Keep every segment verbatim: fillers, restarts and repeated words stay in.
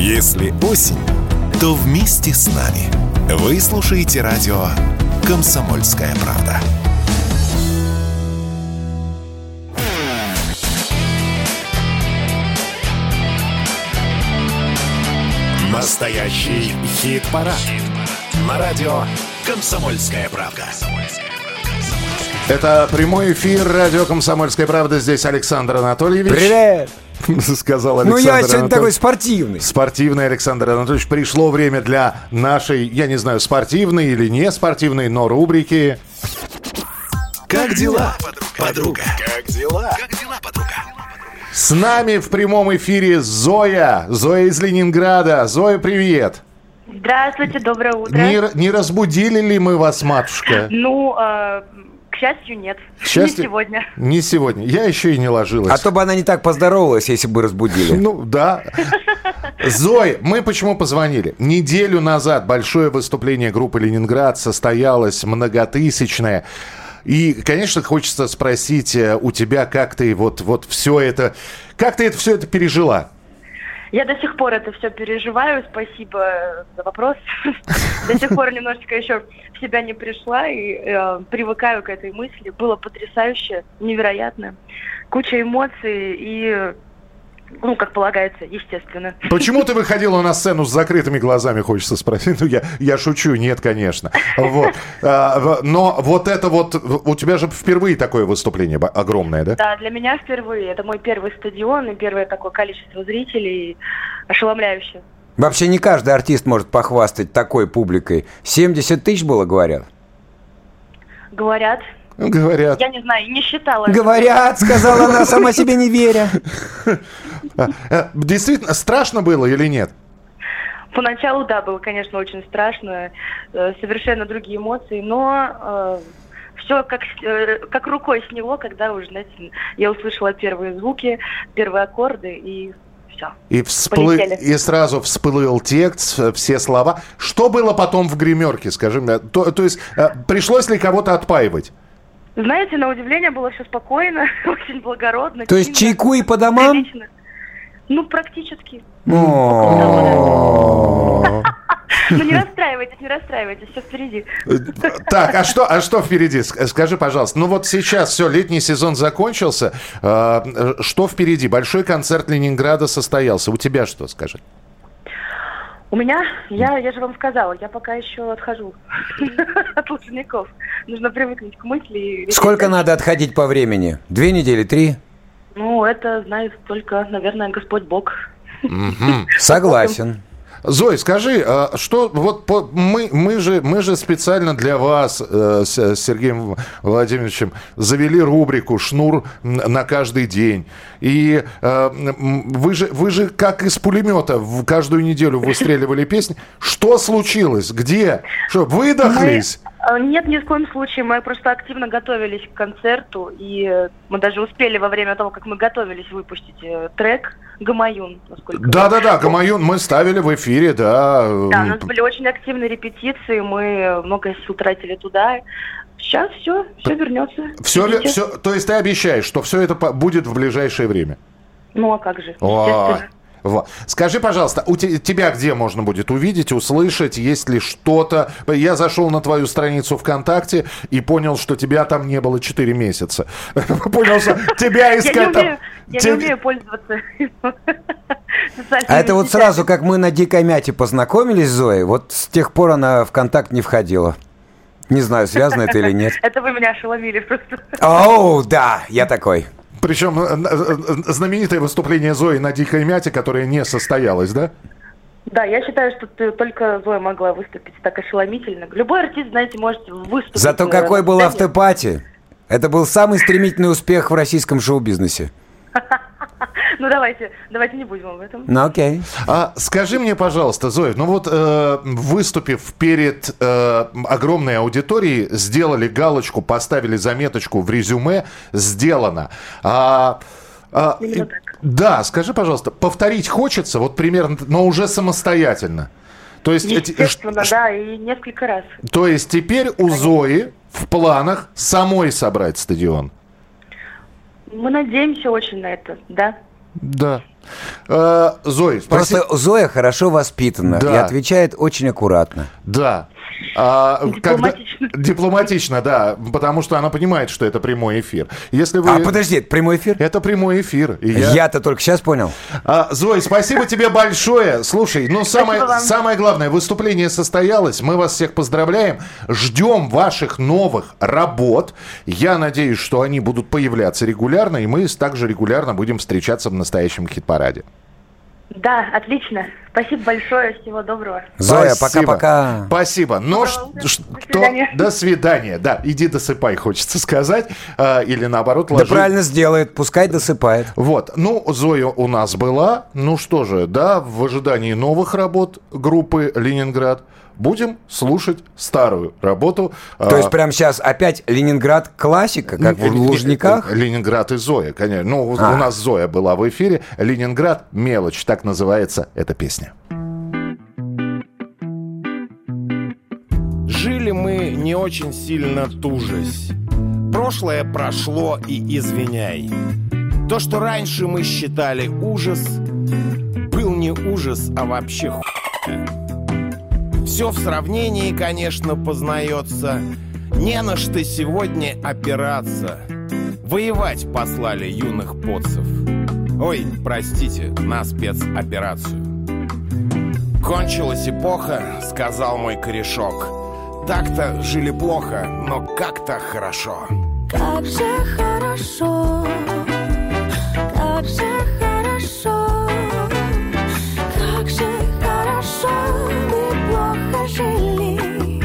Если осень, то вместе с нами. Вы слушаете радио «Комсомольская правда». Настоящий хит-парад. Хит-парад. На радио «Комсомольская правда». Это прямой эфир радио «Комсомольская правда». Здесь Александр Анатольевич. Привет! Сказал Александр Ну, я сегодня Анатольевич. такой спортивный. Спортивный Александр Анатольевич. Пришло время для нашей, я не знаю, спортивной или не спортивной, но рубрики. Как дела, подруга? Как дела? Как дела, подруга? С нами в прямом эфире Зоя. Зоя из Ленинграда. Зоя, привет. Здравствуйте, доброе утро. Не, не разбудили ли мы вас, матушка? Ну, э, к счастью, нет. К счастью, Не сегодня. Не сегодня. Я еще и не ложилась. А то бы она не так поздоровалась, если бы разбудили. Ну, да. Зой, мы почему позвонили? Неделю назад большое выступление группы «Ленинград» состоялось, многотысячное. И, конечно, хочется спросить у тебя, как ты вот, вот все это... Как ты это все это пережила? Я до сих пор это все переживаю. Спасибо за вопрос. До сих пор немножечко еще в себя не пришла и э, привыкаю к этой мысли. Было потрясающе, невероятно. Куча эмоций и, ну, как полагается, естественно. Почему ты выходила на сцену с закрытыми глазами, хочется спросить. Ну, я, я шучу, нет, конечно. Вот. А, но вот это вот... У тебя же впервые такое выступление огромное, да? Да, для меня впервые. Это мой первый стадион и первое такое количество зрителей. Ошеломляюще. Вообще не каждый артист может похвастать такой публикой. семьдесят тысяч было, говорят? Говорят. Говорят. Я не знаю, не считала. Говорят, сказала она, сама себе не веря. Действительно, страшно было или нет? Поначалу, да, было, конечно, очень страшно. Совершенно другие эмоции, но э, все как, э, как рукой сняло, когда уже, знаете, я услышала первые звуки, первые аккорды и все. И, всплы... и сразу всплыл текст, все слова. Что было потом в гримерке, скажи мне? То, то есть, пришлось ли кого-то отпаивать? Знаете, на удивление было все спокойно, очень благородно. То есть чайку и по домам? Прилично. Ну, практически. Ну, не расстраивайтесь, не расстраивайтесь, все впереди. Так, а что, а что впереди? Скажи, пожалуйста. Ну вот сейчас все, летний сезон закончился. Что впереди? Большой концерт Ленинграда состоялся. У тебя что, скажи? У меня, я, я же вам сказала, я пока еще отхожу от Лужников. Нужно привыкнуть к мысли. Сколько надо отходить по времени? Две недели, три? Ну, это знает только, наверное, Господь Бог. Согласен. Зой, скажи, что вот по, мы, мы, же, мы же специально для вас э, с Сергеем Владимировичем завели рубрику «Шнур на каждый день». И э, вы, же, вы же как из пулемета в каждую неделю выстреливали песни. Что случилось? Где? Что, выдохлись? Мы... Нет, ни в коем случае. Мы просто активно готовились к концерту. И мы даже успели во время того, как мы готовились, выпустить трек «Гамаюн». Да-да-да, «Гамаюн» мы ставили в эфире, да. Да, у нас были очень активные репетиции, мы много сил тратили туда. Сейчас все, все вернется. Все, все, то есть ты обещаешь, что все это будет в ближайшее время? Ну, а как же, естественно. Вот. Скажи, пожалуйста, у te- тебя где можно будет увидеть, услышать, есть ли что-то? Я зашел на твою страницу ВКонтакте и понял, что тебя там не было четыре месяца. Понял, что тебя искать там... Я не умею пользоваться. А это вот сразу, как мы на Дикой Мяте познакомились с Зоей, вот с тех пор она в контакт не входила. Не знаю, связано это или нет. Это вы меня ошеломили просто. О, да, я такой. Причем знаменитое выступление Зои на Дикой Мяте, которое не состоялось, да? Да, я считаю, что ты, только Зоя могла выступить так ошеломительно. Любой артист, знаете, может выступить. Зато какой был автопати. Это был самый стремительный успех в российском шоу-бизнесе. Ну, давайте, давайте не будем об этом. Ну, окей. А, скажи мне, пожалуйста, Зоя, ну вот э, выступив перед э, огромной аудиторией, сделали галочку, поставили заметочку в резюме, сделано. А, а, Именно так. Да, скажи, пожалуйста, повторить хочется, вот примерно, но уже самостоятельно? То есть, естественно, эти, да, и несколько раз. То есть теперь у Зои в планах самой собрать стадион? Мы надеемся очень на это, да. Да. Э, Зоя, спасибо. Просто Зоя хорошо воспитана, да, и отвечает очень аккуратно. Да. А, дипломатично. Когда... Дипломатично, да, потому что она понимает, что это прямой эфир. Если вы... А, подожди, это прямой эфир? Это прямой эфир. Я... Я-то только сейчас понял. А, Зоя, спасибо тебе большое. Слушай, ну самое, самое главное, выступление состоялось. Мы вас всех поздравляем. Ждем ваших новых работ. Я надеюсь, что они будут появляться регулярно, и мы также регулярно будем встречаться в настоящем хит-параде. Да, отлично. Спасибо большое, всего доброго. Зоя, пока-пока. Спасибо. Но до что... свидания. До свидания. Да, иди досыпай, хочется сказать. А, или наоборот, ложи. Да правильно сделает, пускай досыпает. Вот. Ну, Зоя у нас была. Ну что же, да, в ожидании новых работ группы «Ленинград» будем слушать старую работу. То есть прямо сейчас опять Ленинград классика, как в Лужниках? Ленинград и Зоя, конечно. Ну, а. у нас Зоя была в эфире. Ленинград мелочь, так называется эта песня. Жили мы не очень сильно тужась. Прошлое прошло и извиняй. То, что раньше мы считали ужас, был не ужас, а вообще хуйня. Все в сравнении, конечно, познается. Не на что сегодня опираться. Воевать послали юных поцев. Ой, простите, на спецоперацию. Кончилась эпоха, сказал мой корешок. Так-то жили плохо, но как-то хорошо. Как же хорошо, как же хорошо, как же хорошо мы плохо жили.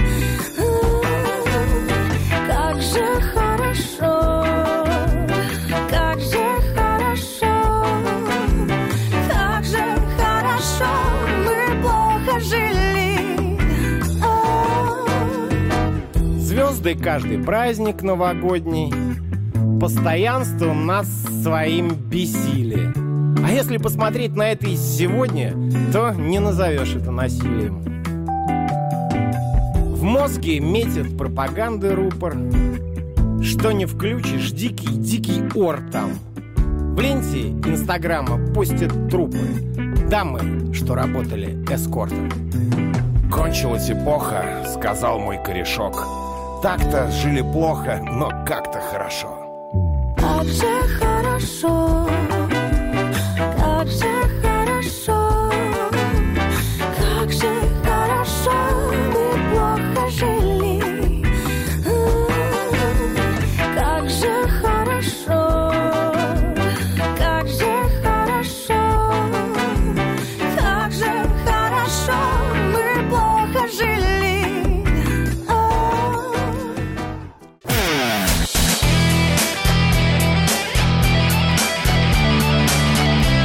Как же хорошо, как же хорошо, как же хорошо мы плохо жили. Звезды каждый праздник новогодний, постоянство нас своим бесили. А если посмотреть на это и сегодня, то не назовешь это насилием. В мозге метит пропаганды рупор. Что не включишь, дикий-дикий ор там. В ленте инстаграма постят трупы дамы, что работали эскортом. Кончилась эпоха, сказал мой корешок. Так-то жили плохо, но как-то хорошо. Как же хорошо, как же хорошо, как же хорошо мы плохо жили. Как же хорошо, как же хорошо, как же хорошо мы плохо жили.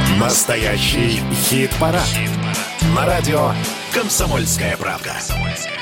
Настоящий хит-парад. Хит-парад. На радио «Комсомольская правда».